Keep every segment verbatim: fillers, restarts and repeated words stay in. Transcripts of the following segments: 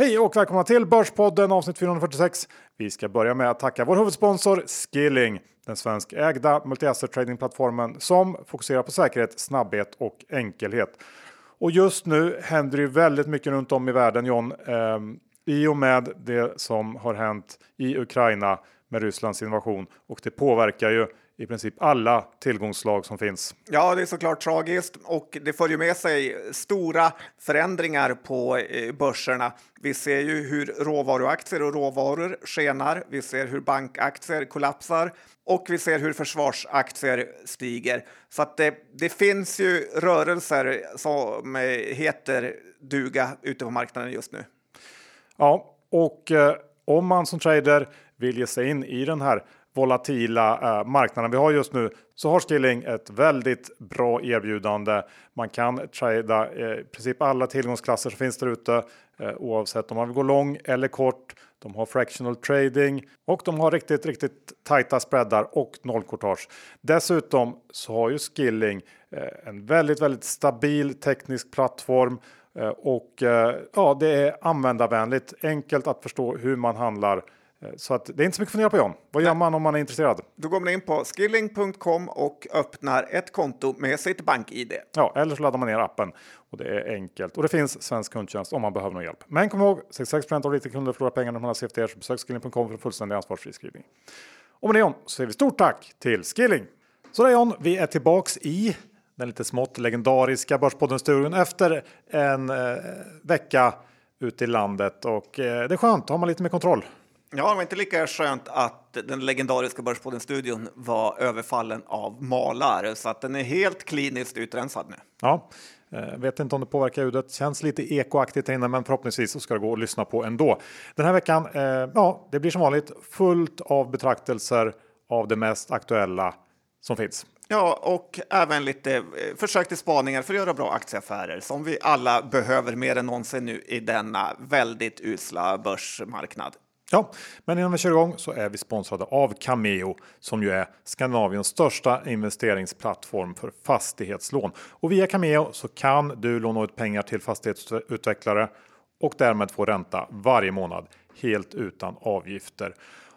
Hej och välkomna till Börspodden avsnitt fyrahundrafyrtiosex. Vi ska börja med att tacka vår huvudsponsor Skilling, den svenskägda multi-asset tradingplattformen som fokuserar på säkerhet, snabbhet och enkelhet. Och just nu händer det väldigt mycket runt om i världen, John, eh, i och med det som har hänt i Ukraina med Rysslands invasion, och det påverkar ju i princip alla tillgångsslag som finns. Ja, det är såklart tragiskt och det för ju med sig stora förändringar på börserna. Vi ser ju hur råvaruaktier och råvaror skenar. Vi ser hur bankaktier kollapsar och vi ser hur försvarsaktier stiger. Så att det, det finns ju rörelser som heter duga ute på marknaden just nu. Ja, och eh, om man som trader vill ge sig in i den här volatila eh, marknaden vi har just nu, så har Skilling ett väldigt bra erbjudande. Man kan trada eh, i princip alla tillgångsklasser som finns där ute, eh, oavsett om man vill gå lång eller kort. De har fractional trading och de har riktigt, riktigt tajta spreadar och nollkortage. Dessutom så har ju Skilling eh, en väldigt, väldigt stabil teknisk plattform. Eh, och eh, ja, det är användarvänligt, enkelt att förstå hur man handlar. Så att det är inte så mycket att fundera på, John. Vad gör man om man är intresserad? Då går man in på skilling punkt com och öppnar ett konto med sitt bank-I D. Ja, eller så laddar man ner appen. Och det är enkelt. Och det finns svensk kundtjänst om man behöver någon hjälp. Men kom ihåg, sextiosex procent av riktiga kunder förlorar pengar när man har C F D. Så besök skilling punkt com för en fullständig ansvarsfri skrivning. Och med det, John, så säger vi stort tack till Skilling. Så där, John, vi är tillbaks i den lite smått legendariska Börspodden-studion efter en eh, vecka ute i landet. Och eh, det är skönt, har man lite mer kontroll. Ja, det var inte lika skönt att den legendariska Börspodden-studion var överfallen av malar, så att den är helt kliniskt utrensad nu. Ja, eh, vet inte om det påverkar ljudet. Känns lite ekoaktigt inne, men förhoppningsvis så ska det gå att lyssna på ändå. Den här veckan, eh, ja, det blir som vanligt fullt av betraktelser av det mest aktuella som finns. Ja, och även lite försök till spaningar för att göra bra aktieaffärer som vi alla behöver mer än någonsin nu i denna väldigt usla börsmarknad. Ja, men innan vi kör igång så är vi sponsrade av Cameo, som ju är Skandinaviens största investeringsplattform för fastighetslån. Och via Cameo så kan du låna ut pengar till fastighetsutvecklare och därmed få ränta varje månad helt utan avgifter.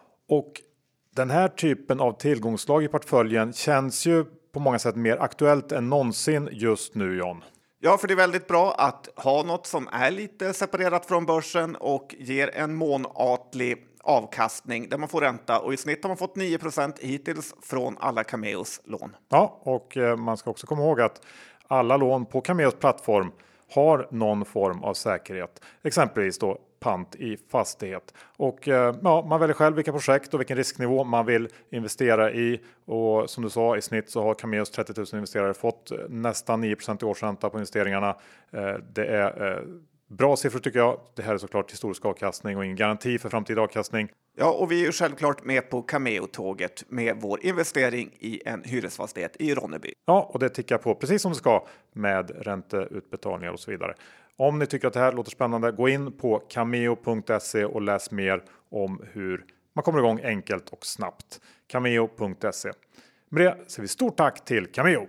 Och den här typen av tillgångslag i portföljen känns ju på många sätt mer aktuellt än någonsin just nu, John. Ja, för det är väldigt bra att ha något som är lite separerat från börsen och ger en månatlig avkastning där man får ränta, och i snitt har man fått nio procent hittills från alla Cameos lån. Ja, och eh, man ska också komma ihåg att alla lån på Cameos plattform har någon form av säkerhet, exempelvis då pant i fastighet. Och eh, ja, man väljer själv vilka projekt och vilken risknivå man vill investera i. Och som du sa, i snitt så har Cameos trettio tusen investerare fått nästan nio procent i årsränta på investeringarna. Eh, det är eh, bra siffror tycker jag. Det här är såklart historisk avkastning och ingen garanti för framtida avkastning. Ja, och vi är ju självklart med på Cameo-tåget med vår investering i en hyresfastighet i Ronneby. Ja, och det tickar på precis som det ska med ränteutbetalningar och så vidare. Om ni tycker att det här låter spännande, gå in på cameo punkt se och läs mer om hur man kommer igång enkelt och snabbt. cameo punkt se. Med det säger vi stort tack till Cameo.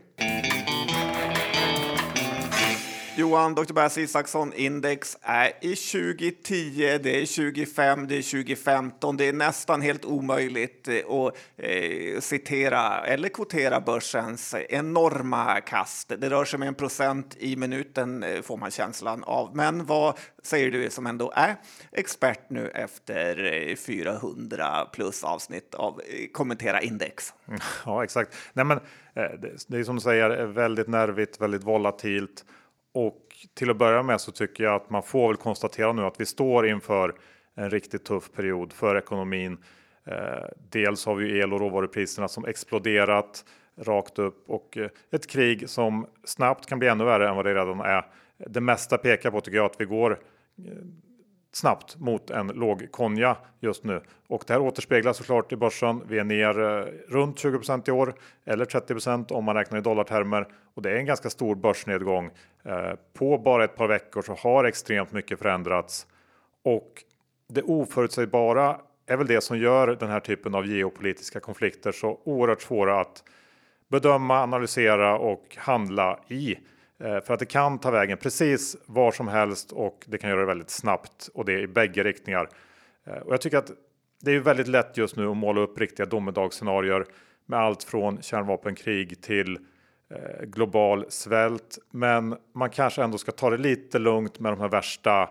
Johan, doktor Bass Isaksson, index är i tjugo tio, det är tjugofem, det är tjugo femton. Det är nästan helt omöjligt att eh, citera eller kvotera börsens enorma kast. Det rör sig med en procent i minuten får man känslan av. Men vad säger du som ändå är expert nu efter fyrahundra plus avsnitt av Kommentera Index? Ja, exakt. Nej, men, det, det är som du säger väldigt nervigt, väldigt volatilt. Och till att börja med så tycker jag att man får väl konstatera nu att vi står inför en riktigt tuff period för ekonomin. Eh, dels har vi el- och råvarupriserna som exploderat rakt upp och eh, ett krig som snabbt kan bli ännu värre än vad det redan är. Det mesta pekar på tycker jag att vi går eh, snabbt mot en låg konja just nu. Och det här återspeglas såklart i börsen. Vi är ner eh, runt tjugo procent i år eller trettio procent om man räknar i dollartermer. Och det är en ganska stor börsnedgång. Eh, på bara ett par veckor så har extremt mycket förändrats. Och det oförutsägbara är väl det som gör den här typen av geopolitiska konflikter så oerhört svåra att bedöma, analysera och handla i. Eh, för att det kan ta vägen precis var som helst och det kan göra det väldigt snabbt och det är i bägge riktningar. Eh, och jag tycker att det är väldigt lätt just nu att måla upp riktiga domedagsscenarier med allt från kärnvapenkrig till eh, global svält. Men man kanske ändå ska ta det lite lugnt med de här värsta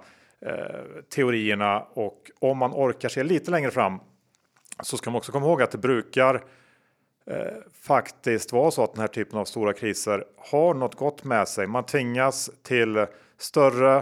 eh, teorierna. Och om man orkar se lite längre fram så ska man också komma ihåg att det brukar eh, faktiskt vara så att den här typen av stora kriser har något gott med sig. Man tvingas till större,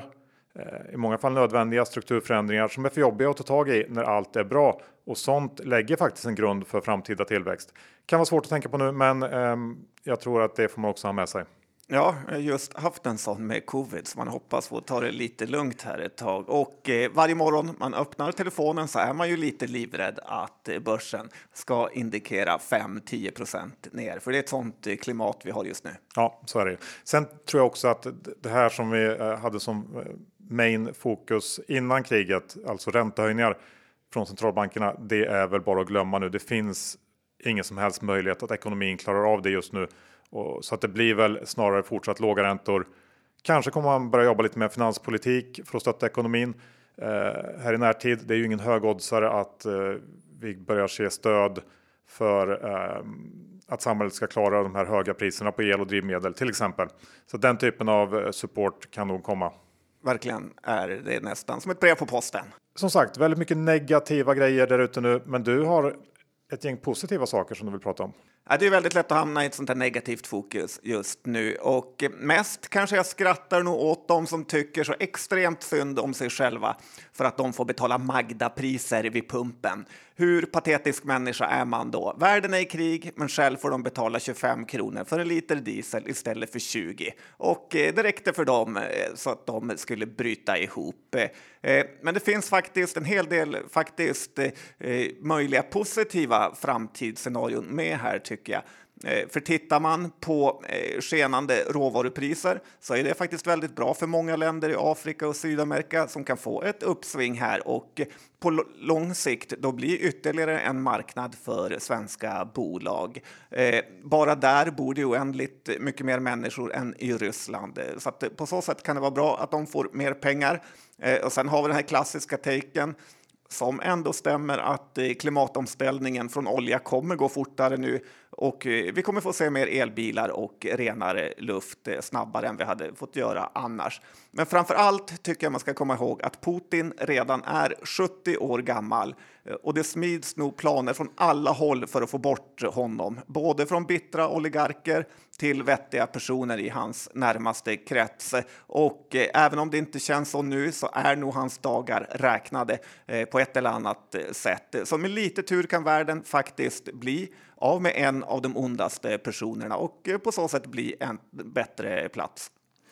i många fall nödvändiga strukturförändringar som är för jobbiga att ta tag i när allt är bra. Och sånt lägger faktiskt en grund för framtida tillväxt. Kan vara svårt att tänka på nu, men eh, jag tror att det får man också ha med sig. Ja, jag har just haft en sån med covid, så man hoppas få ta det lite lugnt här ett tag. Och eh, varje morgon man öppnar telefonen så är man ju lite livrädd att eh, börsen ska indikera fem till tio procent ner. För det är ett sånt eh, klimat vi har just nu. Ja, så är det. Sen tror jag också att det här som vi eh, hade som eh, main fokus innan kriget, alltså räntehöjningar från centralbankerna, det är väl bara att glömma nu. Det finns ingen som helst möjlighet att ekonomin klarar av det just nu. Och så att det blir väl snarare fortsatt låga räntor. Kanske kommer man börja jobba lite med finanspolitik för att stötta ekonomin eh, här i närtid. Det är ju ingen högoddsare att eh, vi börjar se stöd för eh, att samhället ska klara de här höga priserna på el och drivmedel till exempel. Så den typen av support kan nog komma. Verkligen är det nästan som ett brev på posten. Som sagt, väldigt mycket negativa grejer där ute nu. Men du har ett gäng positiva saker som du vill prata om. Ja, det är väldigt lätt att hamna i ett sånt här negativt fokus just nu. Och mest kanske jag skrattar nog åt dem som tycker så extremt synd om sig själva för att de får betala Magda-priser vid pumpen. Hur patetisk människa är man då? Världen är i krig, men själv får de betala tjugofem kronor för en liter diesel istället för tjugo. Och det räckte för dem så att de skulle bryta ihop. Men det finns faktiskt en hel del faktiskt möjliga positiva framtidsscenarion med här, tycker jag. För tittar man på skenande råvarupriser så är det faktiskt väldigt bra för många länder i Afrika och Sydamerika som kan få ett uppsving här, och på lång sikt då blir ytterligare en marknad för svenska bolag. Bara där bor det oändligt mycket mer människor än i Ryssland, så att på så sätt kan det vara bra att de får mer pengar. Och sen har vi den här klassiska taken som ändå stämmer, att klimatomställningen från olja kommer gå fortare nu och vi kommer få se mer elbilar och renare luft snabbare än vi hade fått göra annars. Men framför allt tycker jag man ska komma ihåg att Putin redan är sjuttio år gammal och det smids nog planer från alla håll för att få bort honom. Både från bittra oligarker till vettiga personer i hans närmaste krets. Och eh, även om det inte känns så nu så är nog hans dagar räknade eh, på ett eller annat sätt. Så med lite tur kan världen faktiskt bli av med en av de ondaste personerna och eh, på så sätt bli en bättre plats.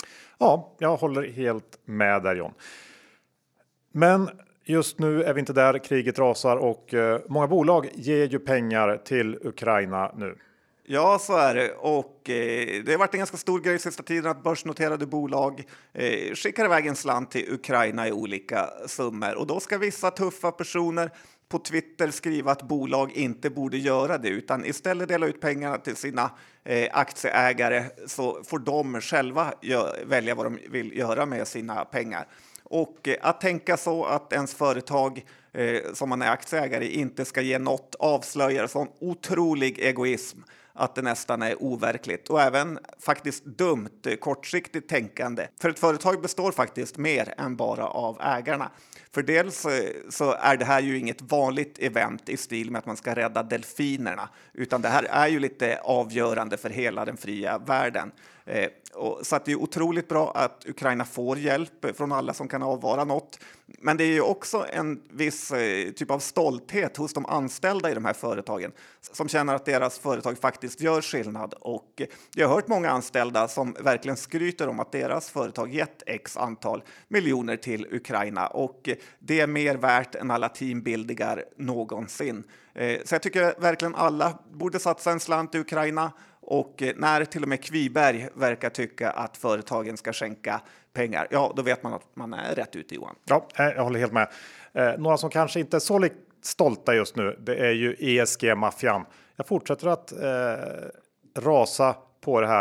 Ja, jag håller helt med där, John. Men just nu är vi inte där, kriget rasar och eh, många bolag ger ju pengar till Ukraina nu. Ja, så är det. Och eh, det har varit en ganska stor grej sista tiden att börsnoterade bolag eh, skickar iväg en slant till Ukraina i olika summor. Och då ska vissa tuffa personer på Twitter skriva att bolag inte borde göra det, utan istället dela ut pengarna till sina eh, aktieägare, så får de själva gö- välja vad de vill göra med sina pengar. Och eh, att tänka så att ens företag eh, som man är aktieägare i inte ska ge något avslöjar sån otrolig egoism att det nästan är overkligt och även faktiskt dumt kortsiktigt tänkande. För ett företag består faktiskt mer än bara av ägarna. För dels så är det här ju inget vanligt event i stil med att man ska rädda delfinerna, utan det här är ju lite avgörande för hela den fria världen. Eh, och så att det är otroligt bra att Ukraina får hjälp från alla som kan avvara något. Men det är ju också en viss eh, typ av stolthet hos de anställda i de här företagen som känner att deras företag faktiskt gör skillnad. Och eh, jag har hört många anställda som verkligen skryter om att deras företag gett x antal miljoner till Ukraina, och eh, det är mer värt än alla teambuildingar någonsin. Eh, så jag tycker verkligen alla borde satsa en slant i Ukraina. Och när till och med Kviberg verkar tycka att företagen ska skänka pengar, ja, då vet man att man är rätt ute, Johan. Ja, jag håller helt med. Eh, några som kanske inte är så li- stolta just nu, det är ju E S G-maffian. Jag fortsätter att eh, rasa på det här.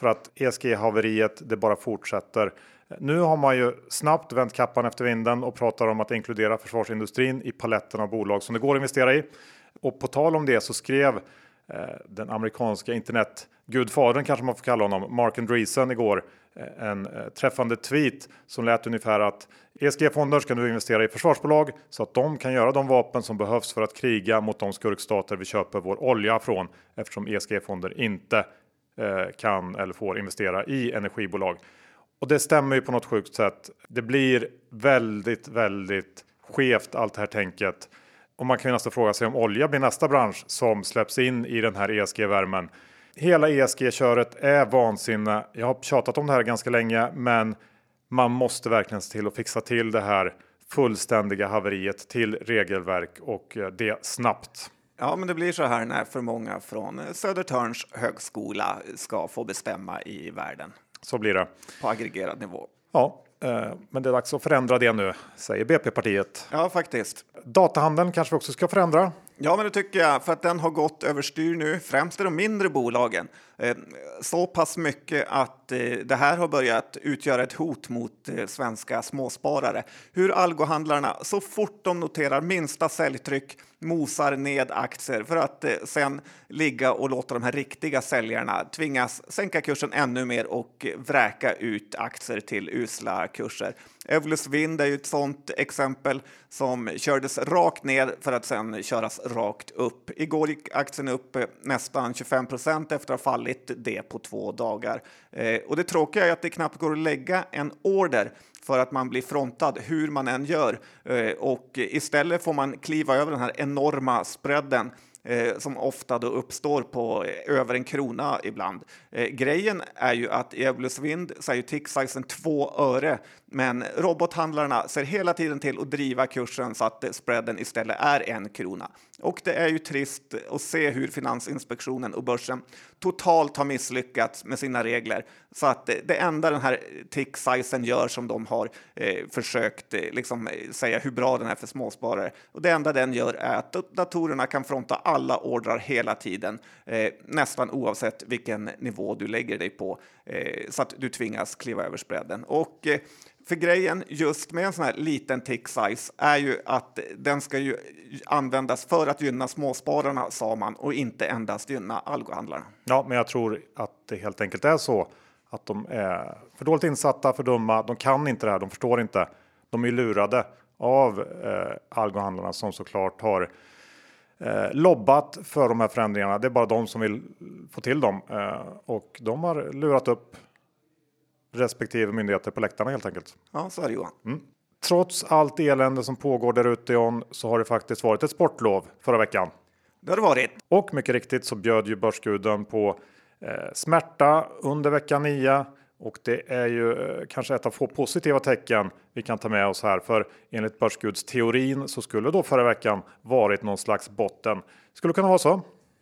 för att E S G-haveriet det bara fortsätter. Nu har man ju snabbt vänt kappan efter vinden och pratar om att inkludera försvarsindustrin i paletten av bolag som det går att investera i. Och på tal om det så skrev eh, den amerikanska internetgudfadern, kanske man får kalla honom, Mark Andreessen igår eh, en eh, träffande tweet som lät ungefär att E S G-fonder ska nu investera i försvarsbolag så att de kan göra de vapen som behövs för att kriga mot de skurkstater vi köper vår olja från, eftersom E S G-fonder inte eh, kan eller får investera i energibolag. Och det stämmer ju på något sjukt sätt. Det blir väldigt, väldigt skevt allt det här tänket. Och man kan ju nästan fråga sig om olja blir nästa bransch som släpps in i den här E S G-värmen. Hela E S G-köret är vansinne. Jag har tjatat om det här ganska länge, men man måste verkligen se till att fixa till det här fullständiga haveriet till regelverk och det snabbt. Ja, men det blir så här när för många från Södertörns högskola ska få bestämma i världen. Så blir det. På aggregerad nivå. Ja, men det är dags att förändra det nu, säger B P-partiet. Ja, faktiskt. Datahandeln kanske vi också ska förändra. Ja, men det tycker jag, för att den har gått överstyr nu, främst i de mindre bolagen. Så pass mycket att det här har börjat utgöra ett hot mot svenska småsparare. Hur algohandlarna så fort de noterar minsta säljtryck mosar ned aktier för att sen ligga och låta de här riktiga säljarna tvingas sänka kursen ännu mer och vräka ut aktier till usla kurser. Evolus Vind är ju ett sådant exempel som kördes rakt ner för att sen köras rakt upp. Igår gick aktien upp nästan tjugofem procent efter att ha fallit det på två dagar. Eh, och det tråkiga är att det knappt går att lägga en order för att man blir frontad hur man än gör. Eh, och istället får man kliva över den här enorma spreaden Eh, som ofta då uppstår på eh, över en krona ibland. Eh, grejen är ju att i Evolus Vind så är ju tick-sizen två öre, men robothandlarna ser hela tiden till att driva kursen så att eh, spreaden istället är en krona. Och det är ju trist att se hur Finansinspektionen och börsen totalt har misslyckats med sina regler. Så att eh, det enda den här tick-sizen gör som de har eh, försökt eh, liksom, eh, säga hur bra den är för småsparare. Och det enda den gör är att datorerna kan fronta alla ordrar hela tiden, eh, nästan oavsett vilken nivå du lägger dig på, eh, så att du tvingas kliva över spreaden. Och eh, för grejen just med en sån här liten tick size är ju att den ska ju användas för att gynna småspararna, sa man, och inte endast gynna algohandlarna. Ja, men jag tror att det helt enkelt är så att de är för dåligt insatta, för dumma. De kan inte det här, de förstår inte. De är lurade av eh, algohandlarna som såklart har Eh, lobbat för de här förändringarna. Det är bara de som vill få till dem. Eh, och de har lurat upp respektive myndigheter på läktarna helt enkelt. Ja, så är det, Johan. Mm. Trots allt elände som pågår där ute, John, så har det faktiskt varit ett sportlov förra veckan. Det har det varit. Och mycket riktigt så bjöd ju börsguden på eh, smärta under vecka nio. Och det är ju eh, kanske ett av få positiva tecken vi kan ta med oss här. För enligt börsgudsteorin så skulle då förra veckan varit någon slags botten. Skulle kunna vara så.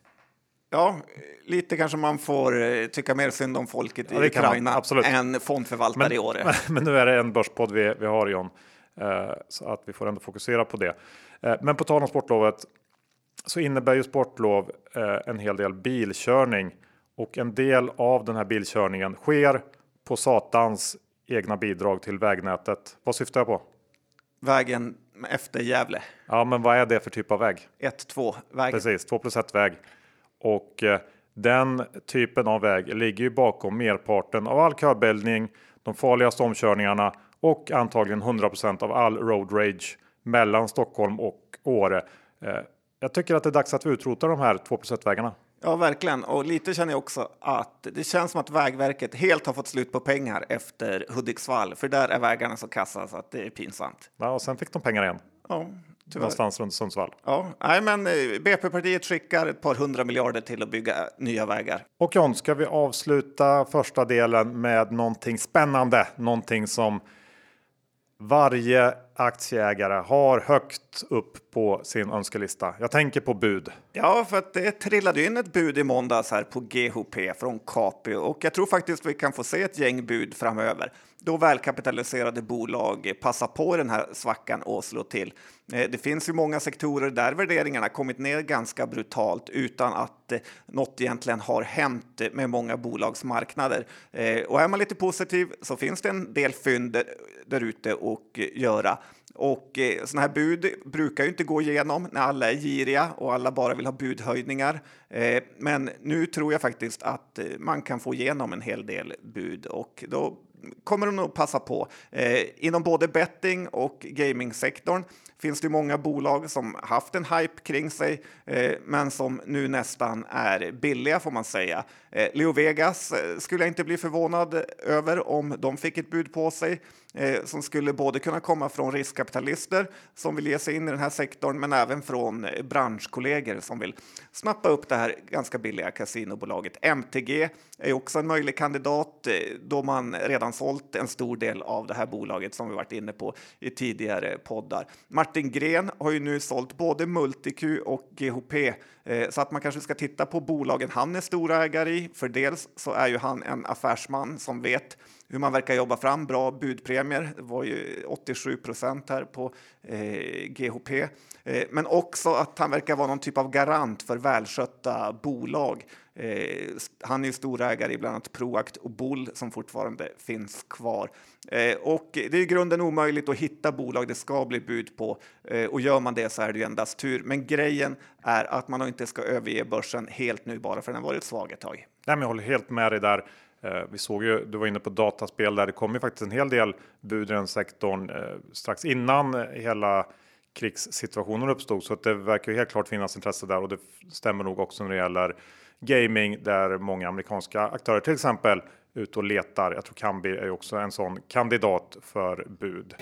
Ja, lite kanske man får eh, tycka mer synd om folket ja, i Ukraina man, än fondförvaltare men, i år. Men, men nu är det en börspodd vi, vi har, John. Eh, så att vi får ändå fokusera på det. Eh, men på tal om sportlovet så innebär ju sportlov eh, en hel del bilkörning. Och en del av den här bilkörningen sker på satans egna bidrag till vägnätet. Vad syftar jag på? Vägen efter Gävle. Ja, men vad är det för typ av väg? ett två vägen. Precis, två plus ett väg. Och eh, den typen av väg ligger ju bakom merparten av all körbildning, de farligaste omkörningarna och antagligen hundra procent av all road rage mellan Stockholm och Åre. Eh, jag tycker att det är dags att vi utrotar de här två plus ett vägarna. Ja, verkligen. Och lite känner jag också att det känns som att Vägverket helt har fått slut på pengar efter Hudiksvall. För där är vägarna så kassa så att det är pinsamt. Ja, och sen fick de pengar igen. Ja, tyvärr. Någonstans runt Sundsvall. Ja, nej, men B P-partiet skickar ett par hundra miljarder till att bygga nya vägar. Och John, ska vi avsluta första delen med någonting spännande. Någonting som varje aktieägare har högt upp på sin önskelista? Jag tänker på bud. Ja, för att det trillade in ett bud i måndags här på G H P från Capio och jag tror faktiskt vi kan få se ett gäng bud framöver. Då välkapitaliserade bolag passar på den här svackan och slår till. Det finns ju många sektorer där värderingarna kommit ner ganska brutalt utan att något egentligen har hänt med många bolagsmarknader. Och är man lite positiv så finns det en del fynd där ute och göra. Och eh, såna här bud brukar ju inte gå igenom när alla är giriga och alla bara vill ha budhöjningar. Eh, men nu tror jag faktiskt att eh, man kan få igenom en hel del bud och då kommer de nog passa på. Eh, inom både betting och gamingsektorn finns det många bolag som haft en hype kring sig eh, men som nu nästan är billiga får man säga. Eh, Leo Vegas eh, skulle jag inte bli förvånad över om de fick ett bud på sig eh, som skulle både kunna komma från riskkapitalister som vill ge sig in i den här sektorn men även från eh, branschkollegor som vill snappa upp det här ganska billiga kasinobolaget. M T G är också en möjlig kandidat eh, då man redan sålt en stor del av det här bolaget som vi varit inne på i tidigare poddar. Martin Gren har ju nu sålt både MultiQ och G H P eh, så att man kanske ska titta på bolagen han är storägare i. För dels så är ju han en affärsman som vet hur man verkar jobba fram bra budpremier. Det var ju åttiosju procent här på eh, G H P. Eh, men också att han verkar vara någon typ av garant för välskötta bolag. Eh, han är ju storägare i bland annat Proact och Bull som fortfarande finns kvar. Eh, och det är i grunden omöjligt att hitta bolag det ska bli bud på. Eh, och gör man det så är det ju endast tur. Men grejen är att man inte ska överge börsen helt nu bara för den har varit svag ett tag. Nej, men jag håller helt med dig där. Eh, vi såg ju, du var inne på dataspel där det kom ju faktiskt en hel del bud i den sektorn eh, strax innan hela krigssituationen uppstod. Så att det verkar ju helt klart finnas intresse där och det stämmer nog också när det gäller gaming där många amerikanska aktörer till exempel ut och letar. Jag tror Kambi är också en sån kandidat för bud.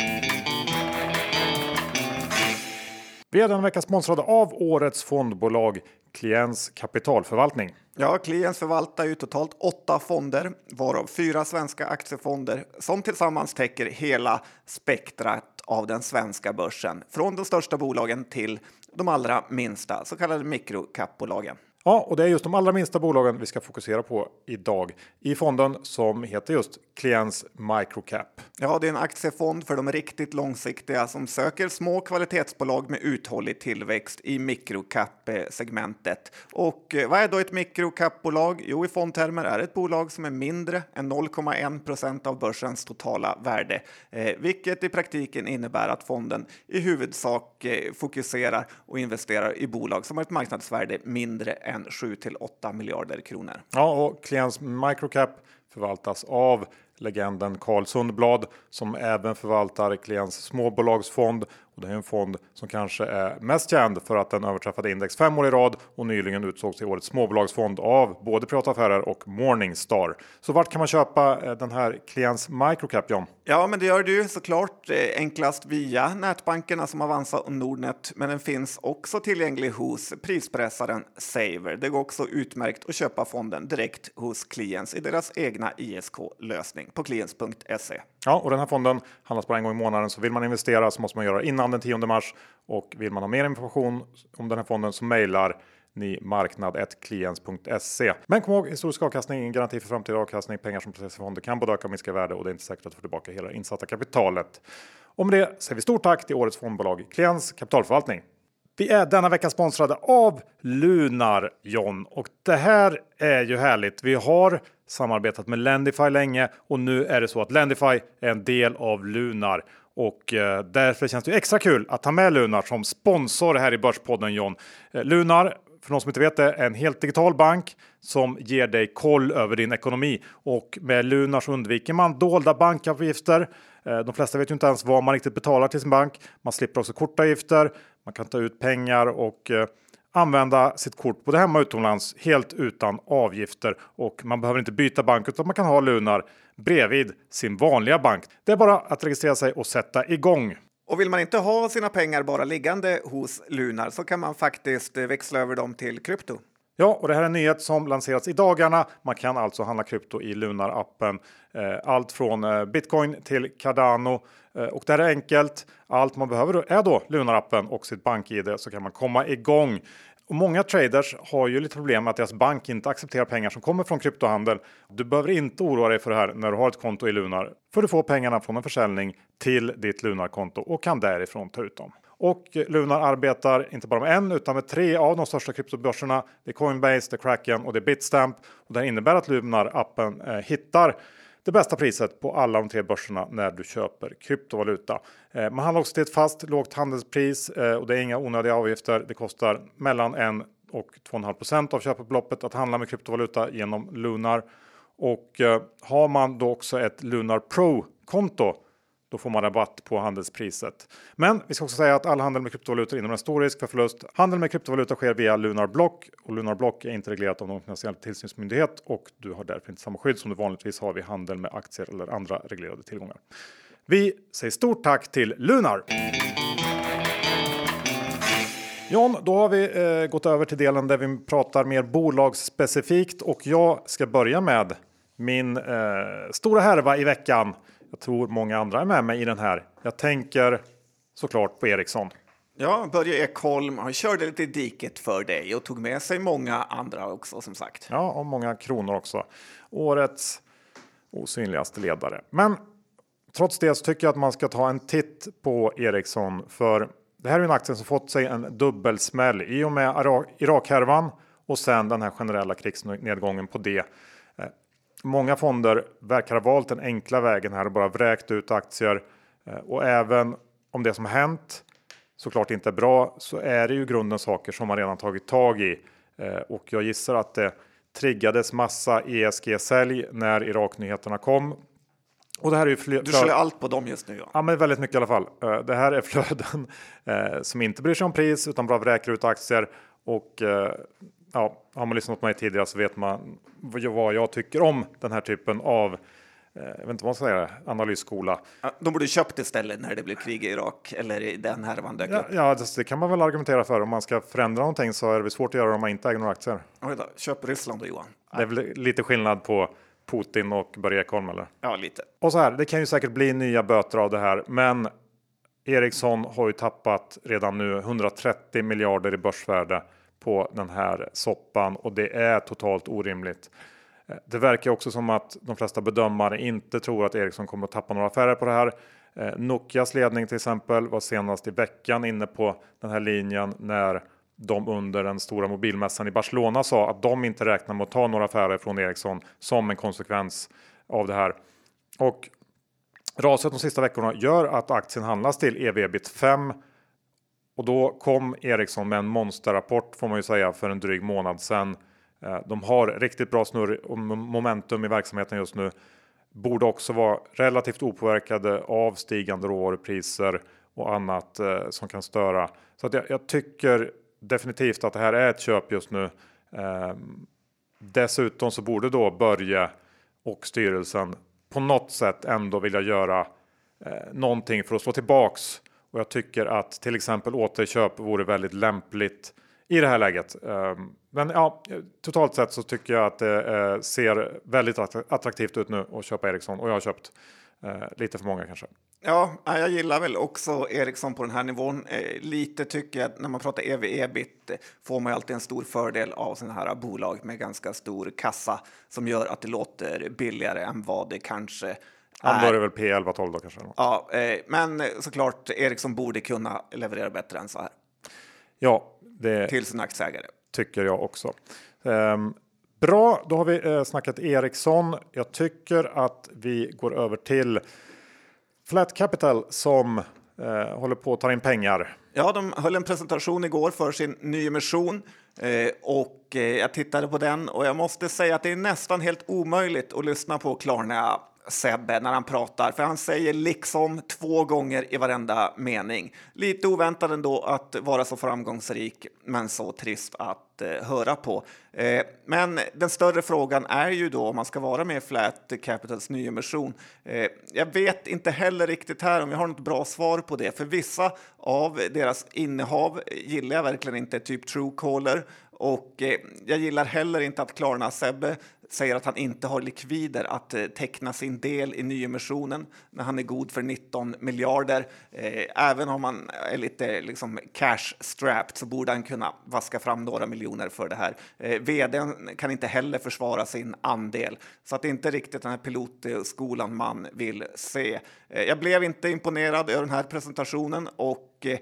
Vi är den vecka sponsrade av årets fondbolag Kliens kapitalförvaltning. Ja, Kliens förvaltar ju totalt åtta fonder, varav fyra svenska aktiefonder som tillsammans täcker hela spektrat av den svenska börsen. Från de största bolagen till de allra minsta, så kallade mikrocapbolagen. Ja, och det är just de allra minsta bolagen vi ska fokusera på idag i fonden som heter just Kliens Microcap. Ja, det är en aktiefond för de riktigt långsiktiga som söker små kvalitetsbolag med uthållig tillväxt i microcap-segmentet. Och vad är då ett microcap-bolag? Jo, i fondtermer är det ett bolag som är mindre än noll komma en procent av börsens totala värde, eh, vilket i praktiken innebär att fonden i huvudsak eh, fokuserar och investerar i bolag som har ett marknadsvärde mindre än sju till åtta miljarder kronor. Ja, och Kliens Microcap förvaltas av legenden Carl Sundblad som även förvaltar Kliens småbolagsfond. Och det är en fond som kanske är mest känd för att den överträffade index fem år i rad och nyligen utsågs till årets småbolagsfond av både Privata Affärer och Morningstar. Så vart kan man köpa den här Kliens Microcap, John? Ja, men det gör du såklart enklast via nätbankerna som Avanza och Nordnet. Men den finns också tillgänglig hos prispressaren Saver. Det går också utmärkt att köpa fonden direkt hos Kliens i deras egna I S K-lösning på kliens punkt se. Ja, och den här fonden handlas bara en gång i månaden, så vill man investera så måste man göra det innan den tionde mars. Och vill man ha mer information om den här fonden så mejlar ni marknad snabel-a kliens punkt se. Men kom ihåg, historisk avkastning är ingen garanti för framtida avkastning. Pengar som placeras i fonder kan både öka och minska värde och det är inte säkert att du får tillbaka hela insatta kapitalet. Och med det säger vi stort tack till årets fondbolag Kliens kapitalförvaltning. Vi är denna vecka sponsrade av Lunar, John. Och det här är ju härligt. Vi har samarbetat med Lendify länge och nu är det så att Lendify är en del av Lunar. Och eh, därför känns det ju extra kul att ta med Lunar som sponsor här i Börspodden, John. Eh, Lunar, för någon som inte vet det, är en helt digital bank som ger dig koll över din ekonomi. Och med Lunar så undviker man dolda bankavgifter. Eh, de flesta vet ju inte ens vad man riktigt betalar till sin bank. Man slipper också kortavgifter. Man kan ta ut pengar och eh, använda sitt kort både hemma och utomlands helt utan avgifter. Och man behöver inte byta bank utan man kan ha Lunar bredvid sin vanliga bank. Det är bara att registrera sig och sätta igång. Och vill man inte ha sina pengar bara liggande hos Lunar så kan man faktiskt växla över dem till krypto. Ja, och det här är en nyhet som lanserats i dagarna. Man kan alltså handla krypto i Lunar-appen. Allt från Bitcoin till Cardano. Och det här är enkelt. Allt man behöver är då Lunar-appen och sitt bank-I D, så kan man komma igång. Och många traders har ju lite problem med att deras bank inte accepterar pengar som kommer från kryptohandel. Du behöver inte oroa dig för det här när du har ett konto i Lunar. För du får pengarna från en försäljning till ditt Lunar-konto och kan därifrån ta ut dem. Och Lunar arbetar inte bara med en utan med tre av de största kryptobörserna. Det är Coinbase, det är Kraken och det är Bitstamp. Och det innebär att Lunar-appen eh, hittar det bästa priset på alla de tre börserna när du köper kryptovaluta. Eh, man handlar också till ett fast lågt handelspris eh, och det är inga onödiga avgifter. Det kostar mellan en och två komma fem procent av köpbeloppet att handla med kryptovaluta genom Lunar. Och eh, har man då också ett Lunar Pro-konto, då får man rabatt på handelspriset. Men vi ska också säga att all handel med kryptovalutor innebär en stor risk för förlust. Handel med kryptovaluta sker via Lunar Block och Lunar Block är inte reglerat av någon finansiell tillsynsmyndighet och du har därför inte samma skydd som du vanligtvis har vid handel med aktier eller andra reglerade tillgångar. Vi säger stort tack till Lunar! John, då har vi eh, gått över till delen där vi pratar mer bolagsspecifikt och jag ska börja med min eh, stora härva i veckan. Jag tror många andra är med mig i den här. Jag tänker såklart på Ericsson. Ja, Börje Ekholm, han körde lite i diket för dig och tog med sig många andra också som sagt. Ja, och många kronor också. Årets osynligaste ledare. Men trots det så tycker jag att man ska ta en titt på Ericsson. För det här är en aktie som fått sig en dubbelsmäll i och med Irak-härvan och sen den här generella krigsnedgången på det. Många fonder verkar ha valt den enkla vägen här och bara vräkt ut aktier. Och även om det som har hänt såklart inte är bra så är det ju grunden saker som man redan tagit tag i. Och jag gissar att det triggades massa E S G-sälj när Irak-nyheterna kom. Och det här är ju flö- du kör allt på dem just nu. Ja. ja, men väldigt mycket i alla fall. Det här är flöden som inte bryr sig om pris utan bara vräker ut aktier. Och ja, har man lyssnat på mig tidigare så vet man vad jag tycker om den här typen av jag vet inte vad man ska säga, analysskola. Ja, de borde köpt istället när det blev krig i Irak eller i den härvan dök ja, upp. ja, det, det kan man väl argumentera för. Om man ska förändra någonting så är det svårt att göra om man inte äger några aktier. Oj då, köp Ryssland då, Johan. Det är väl lite skillnad på Putin och Börje Ekholm, eller? Ja, lite. Och så här, det kan ju säkert bli nya böter av det här, men Ericsson har ju tappat redan nu hundratrettio miljarder i börsvärde på den här soppan och det är totalt orimligt. Det verkar också som att de flesta bedömare inte tror att Ericsson kommer att tappa några affärer på det här. Eh, Nokias ledning till exempel var senast i veckan inne på den här linjen när de under den stora mobilmässan i Barcelona sa att de inte räknar med att ta några affärer från Ericsson som en konsekvens av det här. Och raset de sista veckorna gör att aktien handlas till E V-bit fem. Och då kom Ericsson med en monsterrapport får man ju säga för en dryg månad sedan. De har riktigt bra snurr och momentum i verksamheten just nu. Borde också vara relativt opåverkade av stigande råvarupriser och annat eh, som kan störa. Så att jag, jag tycker definitivt att det här är ett köp just nu. Eh, dessutom så borde då Börje och styrelsen på något sätt ändå vilja göra eh, någonting för att slå tillbaks. Och jag tycker att till exempel återköp vore väldigt lämpligt i det här läget. Men ja, totalt sett så tycker jag att det ser väldigt attraktivt ut nu att köpa Ericsson. Och jag har köpt lite för många kanske. Ja, jag gillar väl också Ericsson på den här nivån. Lite tycker jag, när man pratar E V-ebit får man ju alltid en stor fördel av sådana här bolag med ganska stor kassa som gör att det låter billigare än vad det kanske Han börjar väl P elva tolv då kanske. Ja, men såklart Ericsson borde kunna leverera bättre än så här. Ja, det till sina aktieägare. Tycker jag också. Um, bra, då har vi uh, snackat Ericsson. Jag tycker att vi går över till Flat Capital som uh, håller på att ta in pengar. Ja, de höll en presentation igår för sin nyemission eh, och eh, jag tittade på den och jag måste säga att det är nästan helt omöjligt att lyssna på Klarna Sebbe när han pratar, för han säger liksom två gånger i varenda mening. Lite oväntat ändå att vara så framgångsrik, men så trist att eh, höra på. Eh, men den större frågan är ju då om man ska vara med i Flat Capitals nyemission. Eh, jag vet inte heller riktigt här om vi har något bra svar på det, för vissa av deras innehav gillar jag verkligen inte, typ Truecaller. Och eh, jag gillar heller inte att Klarna-Sebbe säger att han inte har likvider att eh, teckna sin del i nyemissionen när han är god för nitton miljarder. Eh, även om han är lite liksom, cash-strapped så borde han kunna vaska fram några miljoner för det här. Eh, vdn kan inte heller försvara sin andel. Så att det är inte riktigt den här pilotskolan man vill se. Eh, jag blev inte imponerad över den här presentationen och eh,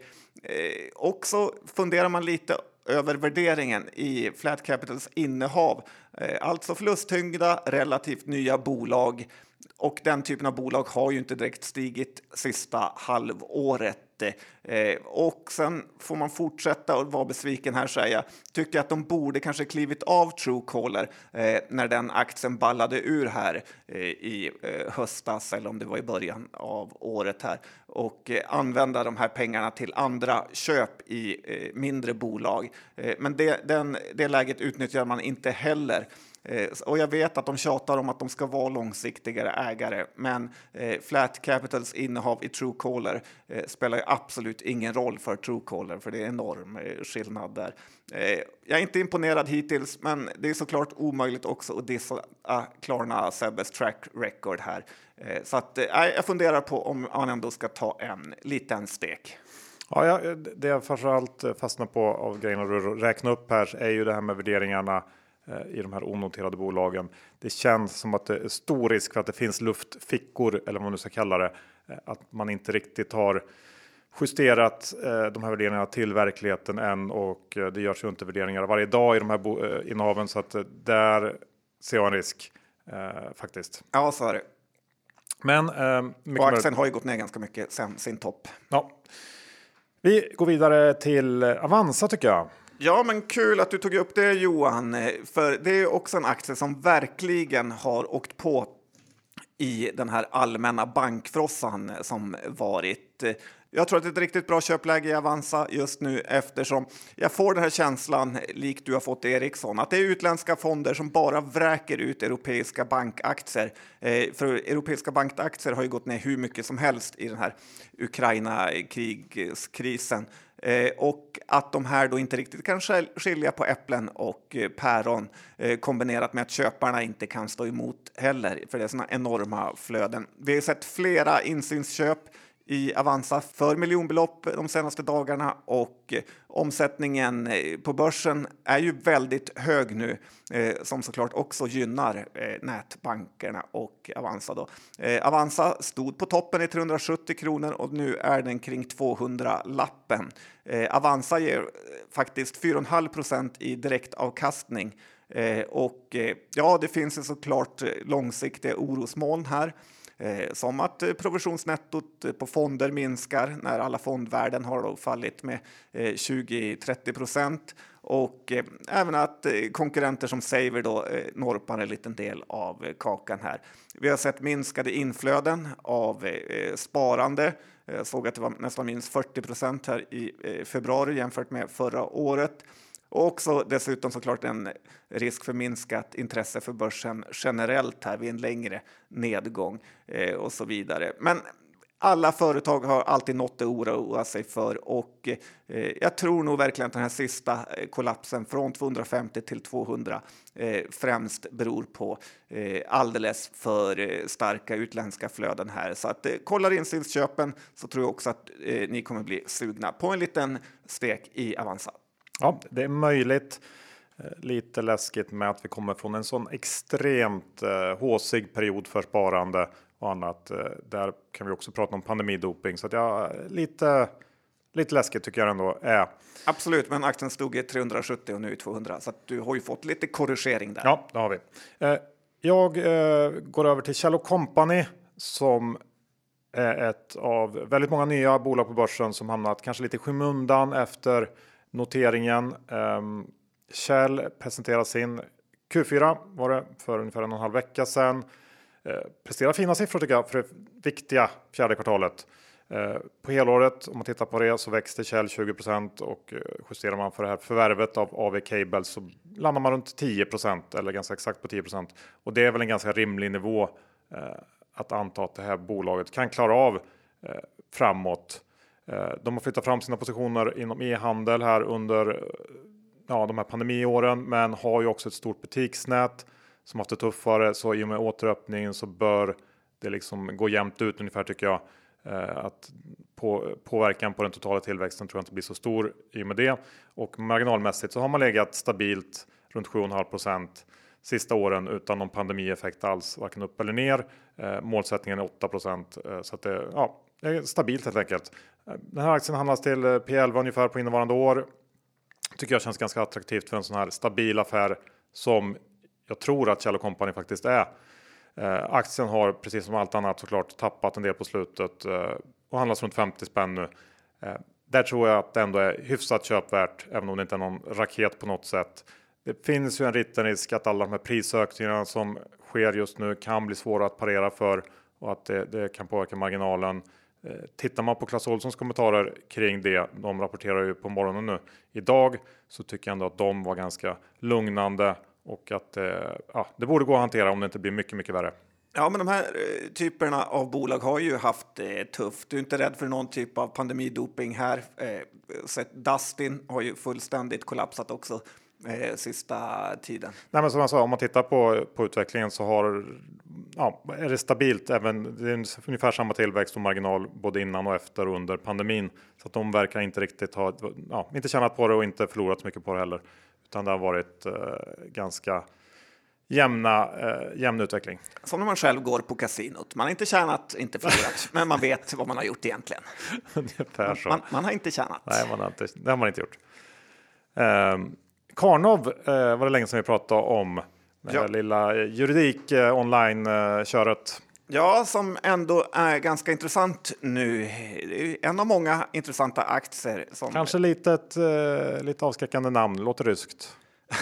också funderar man lite över värderingen i Flat Capitals innehav. Alltså förlusttyngda, relativt nya bolag. Och den typen av bolag har ju inte direkt stigit sista halvåret. Eh, och sen får man fortsätta och vara besviken här säga. Tycker att de borde kanske klivit av Truecaller eh, när den aktien ballade ur här eh, i eh, höstas eller om det var i början av året här. Och eh, använda de här pengarna till andra köp i eh, mindre bolag. Eh, men det, den, det läget utnyttjar man inte heller. Eh, och jag vet att de tjatar om att de ska vara långsiktigare ägare, men eh, Flat Capitals innehav i Truecaller eh, spelar ju absolut ingen roll för Truecaller, för det är enorm eh, skillnad där. Eh, jag är inte imponerad hittills, men det är såklart omöjligt också att dissa uh, Klarna-Sebbes track record här. Eh, så att, eh, jag funderar på om man ändå ska ta en liten stek. Ja, ja, det jag framförallt fastnar på av grejerna du räknar upp här är ju det här med värderingarna i de här onoterade bolagen. Det känns som att det är stor risk för att det finns luftfickor, eller vad man nu ska kalla det. Att man inte riktigt har justerat de här värderingarna till verkligheten än, och det görs ju inte värderingar varje dag i de här innehaven, så att där ser jag en risk eh, faktiskt. Ja, så är det. Men, eh, och aktien har ju gått ner ganska mycket sen sin topp. Ja. Vi går vidare till Avanza tycker jag. Ja, men kul att du tog upp det, Johan, för det är också en aktie som verkligen har åkt på i den här allmänna bankfrossan som varit. Jag tror att det är ett riktigt bra köpläge i Avanza just nu, eftersom jag får den här känslan, likt du har fått Ericsson, att det är utländska fonder som bara vräker ut europeiska bankaktier. Eh, för europeiska bankaktier har ju gått ner hur mycket som helst i den här Ukraina-krigskrisen. Eh, och att de här då inte riktigt kan skilja på äpplen och eh, päron eh, kombinerat med att köparna inte kan stå emot heller, för det är såna enorma flöden. Vi har sett flera insynsköp i Avanza för miljonbelopp de senaste dagarna, och eh, omsättningen eh, på börsen är ju väldigt hög nu, eh, som såklart också gynnar eh, nätbankerna och Avanza då. Eh, Avanza stod på toppen i trehundrasjuttio kronor och nu är den kring tvåhundra-lappen. Eh, Avanza ger eh, faktiskt fyra komma fem procent i direktavkastning. Eh, och eh, ja, det finns ju såklart långsiktiga orosmoln här. Eh, som att eh, provisionsnettot på fonder minskar när alla fondvärden har då fallit med eh, tjugo till trettio procent, och eh, även att eh, konkurrenter som Saver då eh, norpar en liten del av eh, kakan här. Vi har sett minskade inflöden av eh, sparande. Jag såg att det var nästan minst fyrtio procent här i eh, februari jämfört med förra året. Och också dessutom såklart en risk för minskat intresse för börsen generellt här vid en längre nedgång eh, och så vidare. Men alla företag har alltid något att oroa sig för, och eh, jag tror nog verkligen att den här sista kollapsen från tvåhundrafemtio till tvåhundra eh, främst beror på eh, alldeles för eh, starka utländska flöden här. Så att eh, kollar insynsköpen så tror jag också att eh, ni kommer bli sugna på en liten stek i Avanza. Ja, det är möjligt. Lite läskigt med att vi kommer från en sån extremt eh, håsig period för sparande och annat. Eh, där kan vi också prata om pandemidoping. Så att ja, lite, lite läskigt tycker jag ändå är. Absolut, men aktien stod i trehundrasjuttio och nu i tvåhundra. Så att du har ju fått lite korrigering där. Ja, det har vi. Eh, jag eh, går över till Kjell Company som är ett av väldigt många nya bolag på börsen som hamnat kanske lite i skymundan efter noteringen. Um, Kjell presenterar sin Q fyra var det för ungefär en och en halv vecka sedan. Uh, presterar fina siffror tycker jag för det viktiga fjärde kvartalet. Uh, på helåret, om man tittar på det, så växte Kjell tjugo procent, och uh, justerar man för det här förvärvet av A V Cable så landar man runt tio procent, eller ganska exakt på tio procent. Och det är väl en ganska rimlig nivå uh, att anta att det här bolaget kan klara av uh, framåt. De har flyttat fram sina positioner inom e-handel här under ja, de här pandemiåren, men har ju också ett stort butiksnät som haft det tuffare. Så i och med återöppningen så bör det liksom gå jämnt ut ungefär, tycker jag. Eh, att på, påverkan på den totala tillväxten tror jag inte blir så stor i och med det. Och marginalmässigt så har man legat stabilt runt sju komma fem procent sista åren utan någon pandemieffekt alls, varken upp eller ner. Eh, målsättningen är åtta procent, eh, så att det, ja, det är stabilt helt enkelt. Den här aktien handlas till P elva ungefär på innevarande år. Tycker jag känns ganska attraktivt för en sån här stabil affär som jag tror att Kjell och Company faktiskt är. Eh, aktien har precis som allt annat såklart tappat en del på slutet eh, och handlas runt femtio spänn nu. Eh, där tror jag att det ändå är hyfsat köpvärt, även om det inte är någon raket på något sätt. Det finns ju en liten risk att alla de här prisökningarna som sker just nu kan bli svåra att parera för och att det, det kan påverka marginalen. Eh, tittar man på Clas Ohlsons kommentarer kring det, de rapporterar ju på morgonen nu idag, så tycker jag ändå att de var ganska lugnande och att eh, ja, det borde gå att hantera om det inte blir mycket, mycket värre. Ja, men de här eh, typerna av bolag har ju haft det eh, tufft. Du är inte rädd för någon typ av pandemidoping här. Eh, så Dustin har ju fullständigt kollapsat också eh, sista tiden. Nej, men som jag sa, om man tittar på, på utvecklingen så har, ja, är det stabilt. Även, det är ungefär samma tillväxt och marginal både innan och efter och under pandemin. Så att de verkar inte riktigt ha, ja, inte tjänat på det och inte förlorat så mycket på det heller. Utan det har varit eh, ganska jämna, eh, jämn utveckling. Som när man själv går på kasinot. Man har inte tjänat, inte förlorat, men man vet vad man har gjort egentligen. Ungefär så. Man, man har inte tjänat. Nej, man har inte, det har man inte gjort. Eh, Karnov eh, var det länge sedan vi pratade om. Det här Ja. lilla juridik eh, online-köret. Ja, som ändå är ganska intressant nu. Det är en av många intressanta aktier. Som... Kanske lite, ett, eh, lite avskräckande namn, låter ryskt.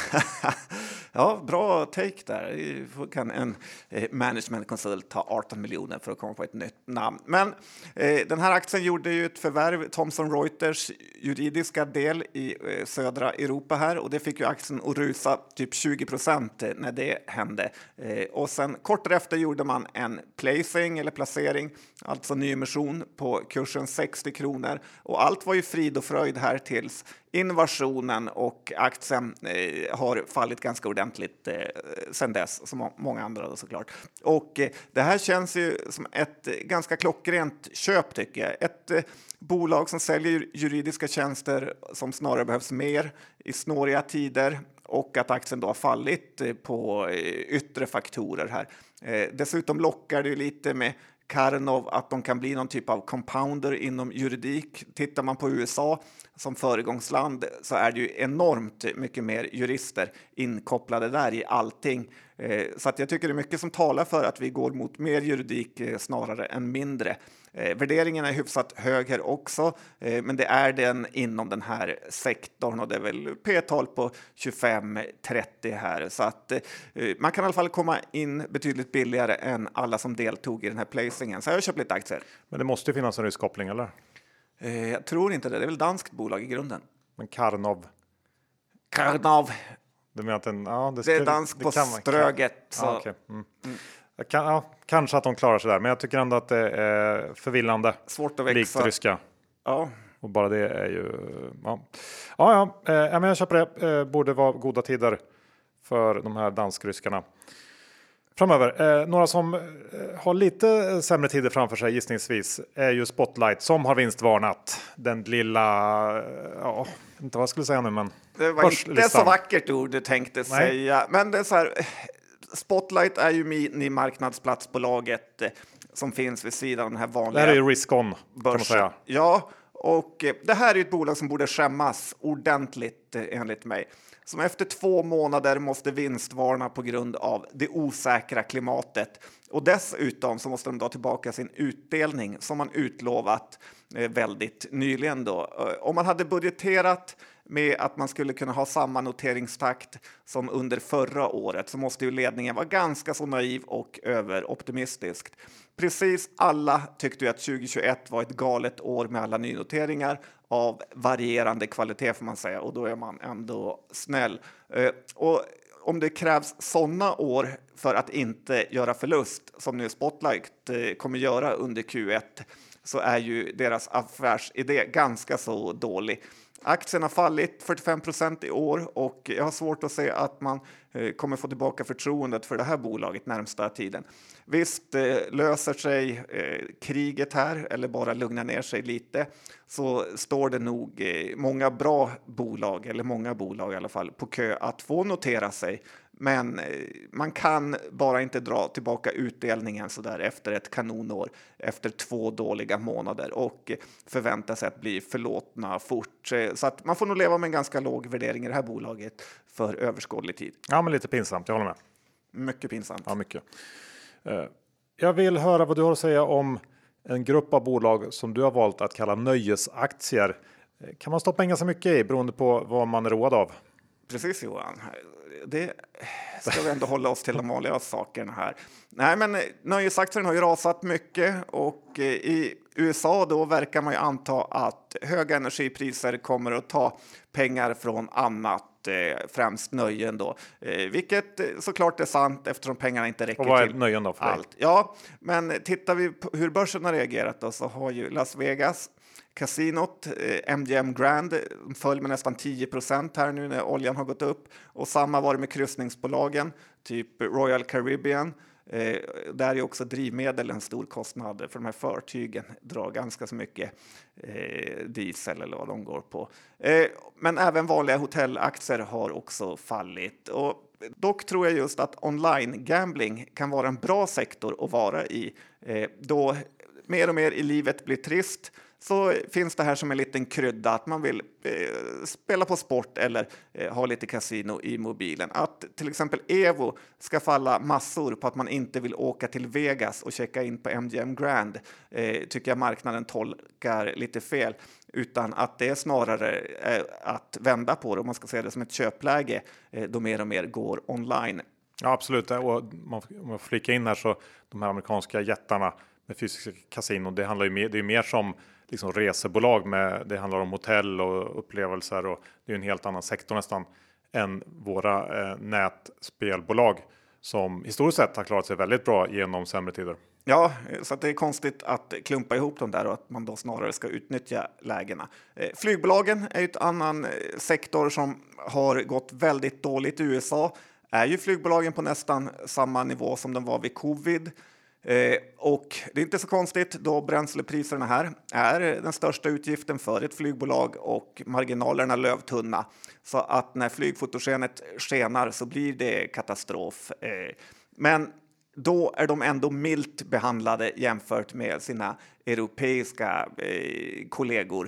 Ja, bra take där. Kan en eh, managementkonsult ta arton miljoner för att komma på ett nytt namn. Men eh, den här aktien gjorde ju ett förvärv, Thomson Reuters juridiska del i eh, södra Europa här, och det fick ju aktien att rusa typ tjugo procent när det hände. Eh, och sen kort därefter gjorde man en placing eller placering, alltså nyemission på kursen sextio kronor, och allt var ju frid och fröjd här tills invasionen, och aktien eh, har fallit ganska ordentligt eh, sedan dess, som många andra då, såklart. Och eh, det här känns ju som ett eh, ganska klockrent köp, tycker jag. Ett eh, bolag som säljer juridiska tjänster som snarare behövs mer i snåriga tider, och att aktien då har fallit eh, på eh, yttre faktorer här. Eh, dessutom lockar det ju lite med Karnov att de kan bli någon typ av compounder inom juridik. Tittar man på U S A som föregångsland så är det ju enormt mycket mer jurister inkopplade där i allting. Eh, så att jag tycker det är mycket som talar för att vi går mot mer juridik eh, snarare än mindre. Eh, värderingen är hyfsat hög här också, eh, men det är den inom den här sektorn, och det är väl P-tal på tjugofem trettio här. Så att eh, man kan i alla fall komma in betydligt billigare än alla som deltog i den här placingen. Så jag har köpt lite aktier. Men det måste ju finnas en riskkoppling, eller? Eh, jag tror inte det. Det är väl danskt bolag i grunden. Men Karnov. Karnov. Du menar att den, ja, det, Det skulle, är dansk det på kan man- Ströget. Så. Ja, okay. mm. Mm. Jag kan, ja, kanske att de klarar sig där, men jag tycker ändå att det är förvillande. Svårt att Likt växa. ryska. Ja. Och bara det är ju... Ja, ja, ja eh, men jag köper det. Eh, borde vara goda tider för de här dansk-ryskarna. Framöver, eh, några som eh, har lite sämre tider framför sig gissningsvis är ju Spotlight som har vinstvarnat. Den lilla, eh, ja, inte vad jag skulle säga nu, men Det var inte så vackert ord du tänkte Nej. säga. Men det är så här, Spotlight är ju mini-marknadsplatsbolaget eh, som finns vid sidan av den här Det vanliga här är ju risk-on, kan man börsen. säga. Ja, och eh, det här är ett bolag som borde skämmas ordentligt eh, enligt mig. Som efter två månader måste vinstvarna på grund av det osäkra klimatet. Och dessutom så måste de dra tillbaka sin utdelning som man utlovat eh, väldigt nyligen då. Eh, om man hade budgeterat med att man skulle kunna ha samma noteringstakt som under förra året så måste ju ledningen vara ganska så naiv och överoptimistisk. Precis alla tyckte ju att tjugohundratjugoett var ett galet år med alla nynoteringar av varierande kvalitet, får man säga, och då är man ändå snäll. Eh, och om det krävs sådana år för att inte göra förlust som nu Spotlight eh, kommer göra under Q ett, så är ju deras affärsidé ganska så dålig. aktien har fallit fyrtiofem procent i år och jag har svårt att se att man eh, kommer få tillbaka förtroendet för det här bolaget närmsta tiden. Visst, eh, löser sig eh, kriget här eller bara lugnar ner sig lite, så står det nog eh, många bra bolag, eller många bolag i alla fall, på kö att få notera sig. Men eh, man kan bara inte dra tillbaka utdelningen så där efter ett kanonår, efter två dåliga månader och eh, förvänta sig att bli förlåtna fort. Eh, Så att man får nog leva med en ganska låg värdering i det här bolaget för överskådlig tid. Ja, men lite pinsamt, jag håller med. Mycket pinsamt. Ja, mycket. Eh, Jag vill höra vad du har att säga om en grupp av bolag som du har valt att kalla nöjesaktier. Eh, Kan man stoppa in ganska mycket i beroende på vad man är road av? Precis Johan, det ska vi ändå hålla oss till de vanliga sakerna här. Nej, men nöjesaktien har ju rasat mycket och eh, i U S A då verkar man ju anta att höga energipriser kommer att ta pengar från annat, eh, främst nöjen då. Eh, vilket eh, såklart är sant eftersom pengarna inte räcker Och vad är till nöjen då för dig? allt. Ja, men tittar vi på hur börsen har reagerat då, så har ju Las Vegas Casinot, eh, M G M Grand, eh, föll med nästan tio procent här nu när oljan har gått upp. Och samma var det med kryssningsbolagen, typ Royal Caribbean. Eh, där är också drivmedel en stor kostnad, för de här fartygen drar ganska så mycket eh, diesel eller vad de går på. Eh, men även vanliga hotellaktier har också fallit. Och dock tror jag just att online gambling kan vara en bra sektor att vara i, eh, då mer och mer i livet blir trist. Så finns det här som en liten krydda att man vill eh, spela på sport eller eh, ha lite kasino i mobilen. Att till exempel Evo ska falla massor på att man inte vill åka till Vegas och checka in på M G M Grand eh, tycker jag marknaden tolkar lite fel. Utan att det är snarare eh, att vända på det, om man ska säga det som ett köpläge, eh, då mer och mer går online. Ja, absolut. Och man, om jag flikar in här, så de här amerikanska jättarna med fysiska kasinon, det handlar ju mer, det är mer som liksom resebolag, med, det handlar om hotell och upplevelser, och det är en helt annan sektor nästan än våra eh, nätspelbolag som historiskt sett har klarat sig väldigt bra genom sämre tider. Ja, så att det är konstigt att klumpa ihop dem där och att man då snarare ska utnyttja lägena. Eh, flygbolagen är ju ett annan sektor som har gått väldigt dåligt i U S A. Är ju flygbolagen på nästan samma nivå som de var vid covid. Eh, och det är inte så konstigt då bränslepriserna här är den största utgiften för ett flygbolag och marginalerna lövtunna. Så att när flygfotogenet skenar så blir det katastrof. Eh, men då är de ändå milt behandlade jämfört med sina europeiska eh, kollegor.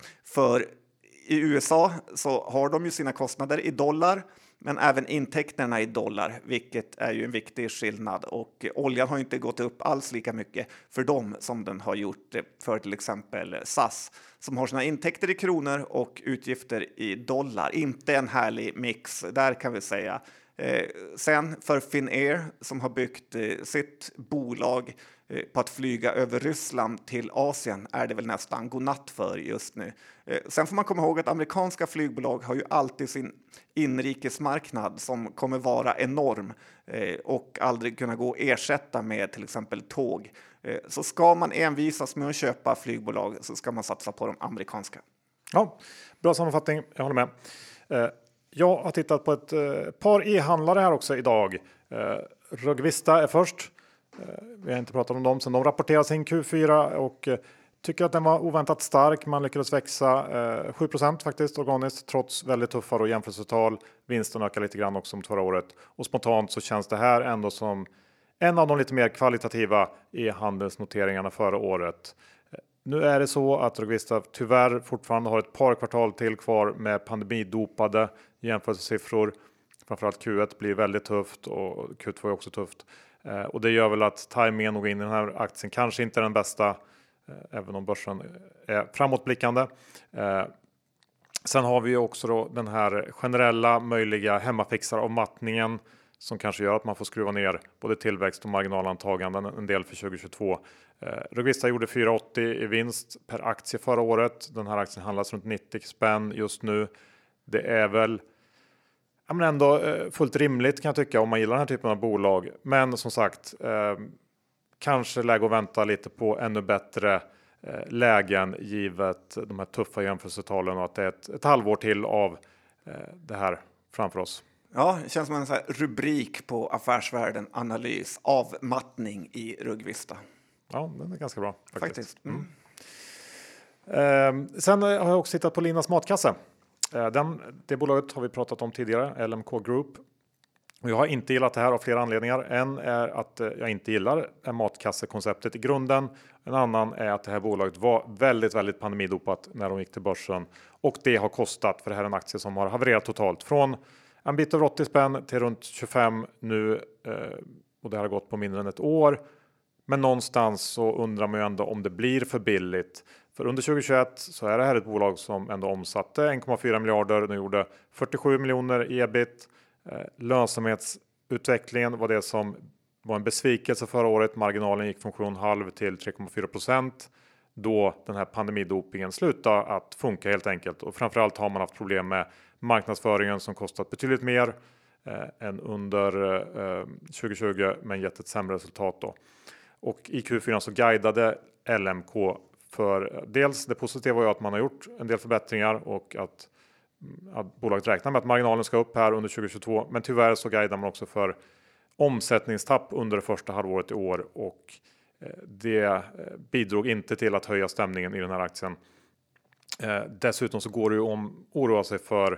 För i U S A så har de ju sina kostnader i dollar, men även intäkterna i dollar, vilket är ju en viktig skillnad. Och oljan har inte gått upp alls lika mycket för dem som den har gjort för till exempel S A S, som har sina intäkter i kronor och utgifter i dollar. Inte en härlig mix, där kan vi säga. Eh, sen för Finnair som har byggt eh, sitt bolag eh, på att flyga över Ryssland till Asien är det väl nästan godnatt för just nu. Eh, sen får man komma ihåg att amerikanska flygbolag har ju alltid sin inrikesmarknad som kommer vara enorm eh, och aldrig kunna gå att ersätta med till exempel tåg. Eh, så ska man envisas med att köpa flygbolag så ska man satsa på de amerikanska. Ja, bra sammanfattning, jag håller med. Eh, Jag har tittat på ett eh, par e-handlare här också idag. Eh, Rugvista är först. Eh, vi har inte pratat om dem sedan de rapporterade sin Q fyra och eh, tycker att den var oväntat stark. Man lyckades växa eh, sju procent faktiskt organiskt trots väldigt tuffa och jämförelsetal. Vinsten ökar lite grann också mot förra året. Och spontant så känns det här ändå som en av de lite mer kvalitativa e-handelsnoteringarna förra året. Nu är det så att Rugvista tyvärr fortfarande har ett par kvartal till kvar med pandemidopade jämförelsesiffror. Framförallt Q ett blir väldigt tufft och Q två är också tufft. Eh, och det gör väl att timingen och in i den här aktien kanske inte är den bästa, eh, även om börsen är framåtblickande. Eh, sen har vi ju också då den här generella möjliga hemmafixaravmattningen som kanske gör att man får skruva ner både tillväxt och marginalantaganden en del för tjugo tjugotvå. Eh, Rugvista gjorde fyra åttio i vinst per aktie förra året. Den här aktien handlas runt nittio spänn just nu. Det är väl ja, men ändå eh, fullt rimligt kan jag tycka om man gillar den här typen av bolag. Men som sagt, eh, kanske läge att vänta lite på ännu bättre eh, lägen givet de här tuffa jämförelsetalen och att det är ett, ett halvår till av eh, det här framför oss. Ja, det känns som en så här rubrik på Affärsvärlden Analys. Avmattning i Rugvista. Ja, den är ganska bra faktiskt. Faktiskt. Mm. Mm. Eh, sen har jag också tittat på Linas matkasse. Eh, den, det bolaget har vi pratat om tidigare, L M K Group. Och jag har inte gillat det här av flera anledningar. En är att eh, jag inte gillar matkassekonceptet i grunden. En annan är att det här bolaget var väldigt, väldigt pandemidopat när de gick till börsen. Och det har kostat, för det här är en aktie som har havererat totalt från en bit över åttio spänn till runt tjugofem nu. Eh, och det har gått på mindre än ett år. Men någonstans så undrar man ju ändå om det blir för billigt. För under tjugohundratjugoett så är det här ett bolag som ändå omsatte en komma fyra miljarder. Nu gjorde fyrtiosju miljoner i ebit. Eh, lönsamhetsutvecklingen var det som var en besvikelse förra året. Marginalen gick från sju komma fem till tre komma fyra procent. Då den här pandemidopingen slutade att funka helt enkelt. Och framförallt har man haft problem med marknadsföringen som kostat betydligt mer eh, än under eh, tjugohundratjugo, men gett ett sämre resultat då. Och i Q fyra så guidade L M K för dels det positiva var att man har gjort en del förbättringar och att, att bolaget räknar med att marginalen ska upp här under tjugohundratjugotvå. Men tyvärr så guidar man också för omsättningstapp under det första halvåret i år och det bidrog inte till att höja stämningen i den här aktien. Dessutom så går det ju om oroa sig för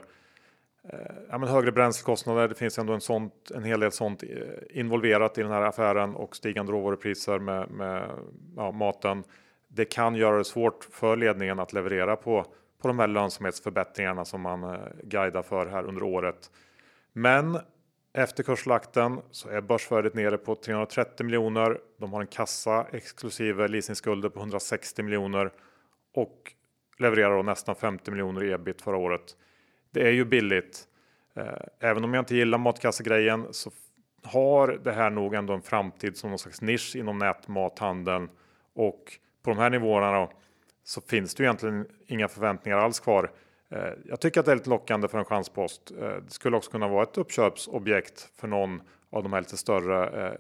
ja, men högre bränslekostnader. Det finns ändå en, sånt, en hel del sånt involverat i den här affären och stigande råvarupriser med, med ja, maten. Det kan göra det svårt för ledningen att leverera på, på de här lönsamhetsförbättringarna som man eh, guidar för här under året. Men efter kurslakten så är börsvärdet nere på trehundratrettio miljoner. De har en kassa exklusive leasingskulder på hundrasextio miljoner och levererar då nästan femtio miljoner i ebit förra året. Det är ju billigt. Även om jag inte gillar matkassegrejen så har det här nog ändå en framtid som någon slags nisch inom nätmathandeln. Och på de här nivåerna då, så finns det ju egentligen inga förväntningar alls kvar. Jag tycker att det är lite lockande för en chanspost. Det skulle också kunna vara ett uppköpsobjekt för någon av de här lite större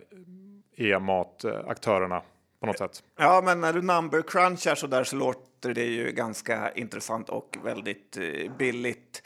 e-mataktörerna på något sätt. Ja, men när du number crunchar så där så låter det ju ganska intressant och väldigt billigt.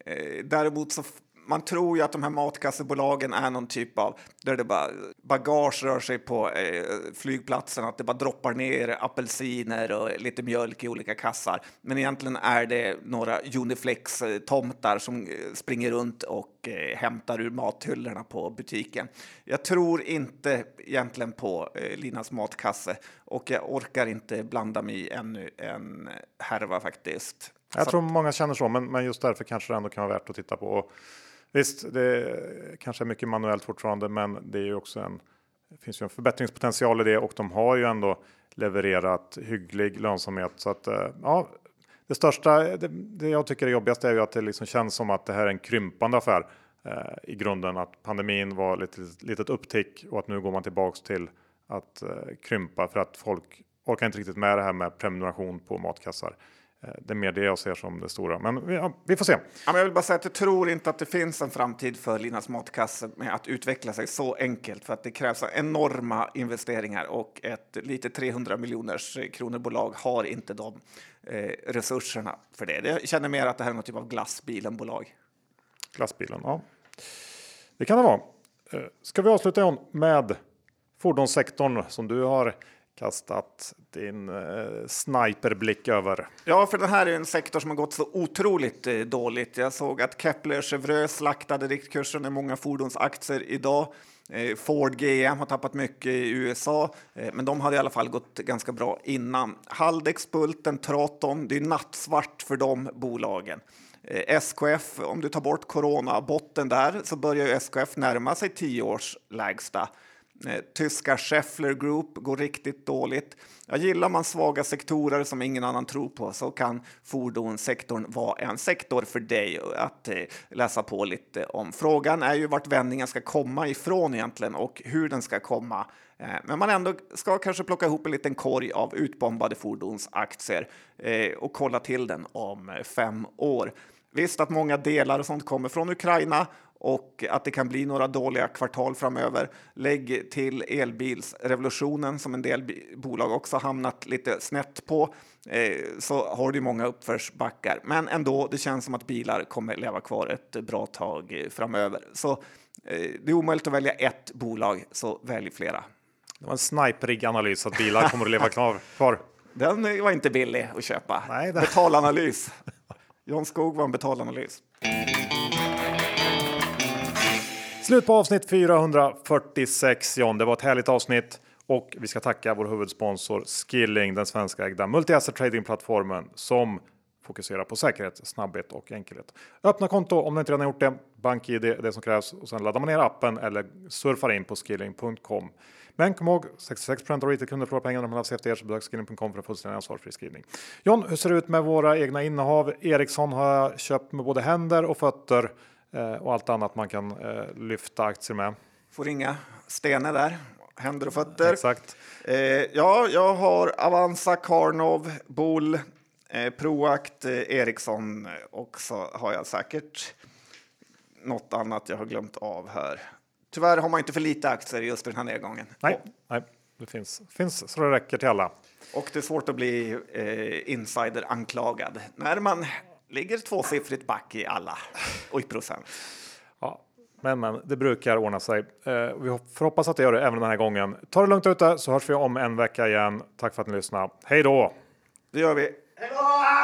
Däremot så man tror ju att de här matkassebolagen är någon typ av där det bara bagage rör sig på eh, flygplatsen, att det bara droppar ner apelsiner och lite mjölk i olika kassar. Men egentligen är det några Uniflex-tomtar som eh, springer runt och eh, hämtar ur mathyllorna på butiken. Jag tror inte egentligen på eh, Linas matkasse och jag orkar inte blanda mig i ännu en härva faktiskt. Jag så tror många känner så, men, men just därför kanske det ändå kan vara värt att titta på. Och visst, det kanske är mycket manuellt fortfarande, men det är ju också en, det finns ju en förbättringspotential i det och de har ju ändå levererat hygglig lönsamhet. Så att ja, det största, det, det jag tycker är jobbigast är ju att det liksom känns som att det här är en krympande affär eh, i grunden. Att pandemin var lite litet upptick och att nu går man tillbaks till att eh, krympa för att folk orkar inte riktigt med det här med prenumeration på matkassar. Det är mer det jag ser som det stora. Men vi, ja, vi får se. Ja, men jag vill bara säga att jag tror inte att det finns en framtid för Linas matkasse med att utveckla sig så enkelt. För att det krävs enorma investeringar och ett lite trehundra miljoners kronor bolag har inte de eh, resurserna för det. Jag känner mer att det här är någon typ av glassbilenbolag. Glassbilen, ja. Det kan det vara. Ska vi avsluta John, med fordonssektorn som du har kastat din eh, sniperblick över. Ja, för den här är en sektor som har gått så otroligt eh, dåligt. Jag såg att Kepler Chevreux slaktade riktkursen i många fordonsaktier idag. Eh, Ford G M har tappat mycket i U S A, eh, men de hade i alla fall gått ganska bra innan. Haldex, Bulten, Traton, det är nattsvart för de bolagen. Eh, S K F, om du tar bort corona-botten där så börjar ju S K F närma sig tio års lägsta. Tyska Schaeffler Group går riktigt dåligt. Jag gillar man svaga sektorer som ingen annan tror på så kan fordonssektorn vara en sektor för dig att eh, läsa på lite om. Frågan är ju vart vändningen ska komma ifrån egentligen och hur den ska komma. Eh, men man ändå ska kanske plocka ihop en liten korg av utbombade fordonsaktier eh, och kolla till den om fem år. Visst att många delar och sånt kommer från Ukraina och att det kan bli några dåliga kvartal framöver. Lägg till elbilsrevolutionen som en del bolag också hamnat lite snett på, eh, så har du många uppförsbackar. Men ändå, det känns som att bilar kommer leva kvar ett bra tag framöver. Så eh, det är omöjligt att välja ett bolag, så välj flera. Det var en sniperig analys att bilar kommer att leva kvar. Den var inte billig att köpa. Nej, det... Betalanalys. John Skog var en betalanalys. Slut på avsnitt fyrahundrafyrtiosex, John. Det var ett härligt avsnitt och vi ska tacka vår huvudsponsor Skilling, den svenska ägda multi-asset tradingplattformen som fokuserar på säkerhet, snabbhet och enkelhet. Öppna konto om ni inte redan gjort det. BankID är det som krävs och sen laddar man ner appen eller surfar in på skilling punkt com. Men kom ihåg, sextiosex procent av retailkunder förlorar pengar när man har er, så besök skilling punkt com för en fullständig ansvarsfri skrivning. John, hur ser det ut med våra egna innehav? Ericsson har jag köpt med både händer och fötter eh, och allt annat man kan eh, lyfta aktier med. Får inga stenar där, händer och fötter. Exakt. Eh, ja, jag har Avanza, Karnov, Bull, eh, Proact, eh, Ericsson och så har jag säkert något annat jag har glömt av här. Tyvärr har man inte för lite aktier just den här nedgången. Nej, nej det finns, finns så det räcker till alla. Och det är svårt att bli eh, insider-anklagad när man ligger tvåsiffrigt back i alla och i procent. Ja, men, men det brukar ordna sig. Eh, vi får hoppas att det gör det även den här gången. Ta det lugnt ute så hörs vi om en vecka igen. Tack för att ni lyssnade. Hej då! Det gör vi. Hej då!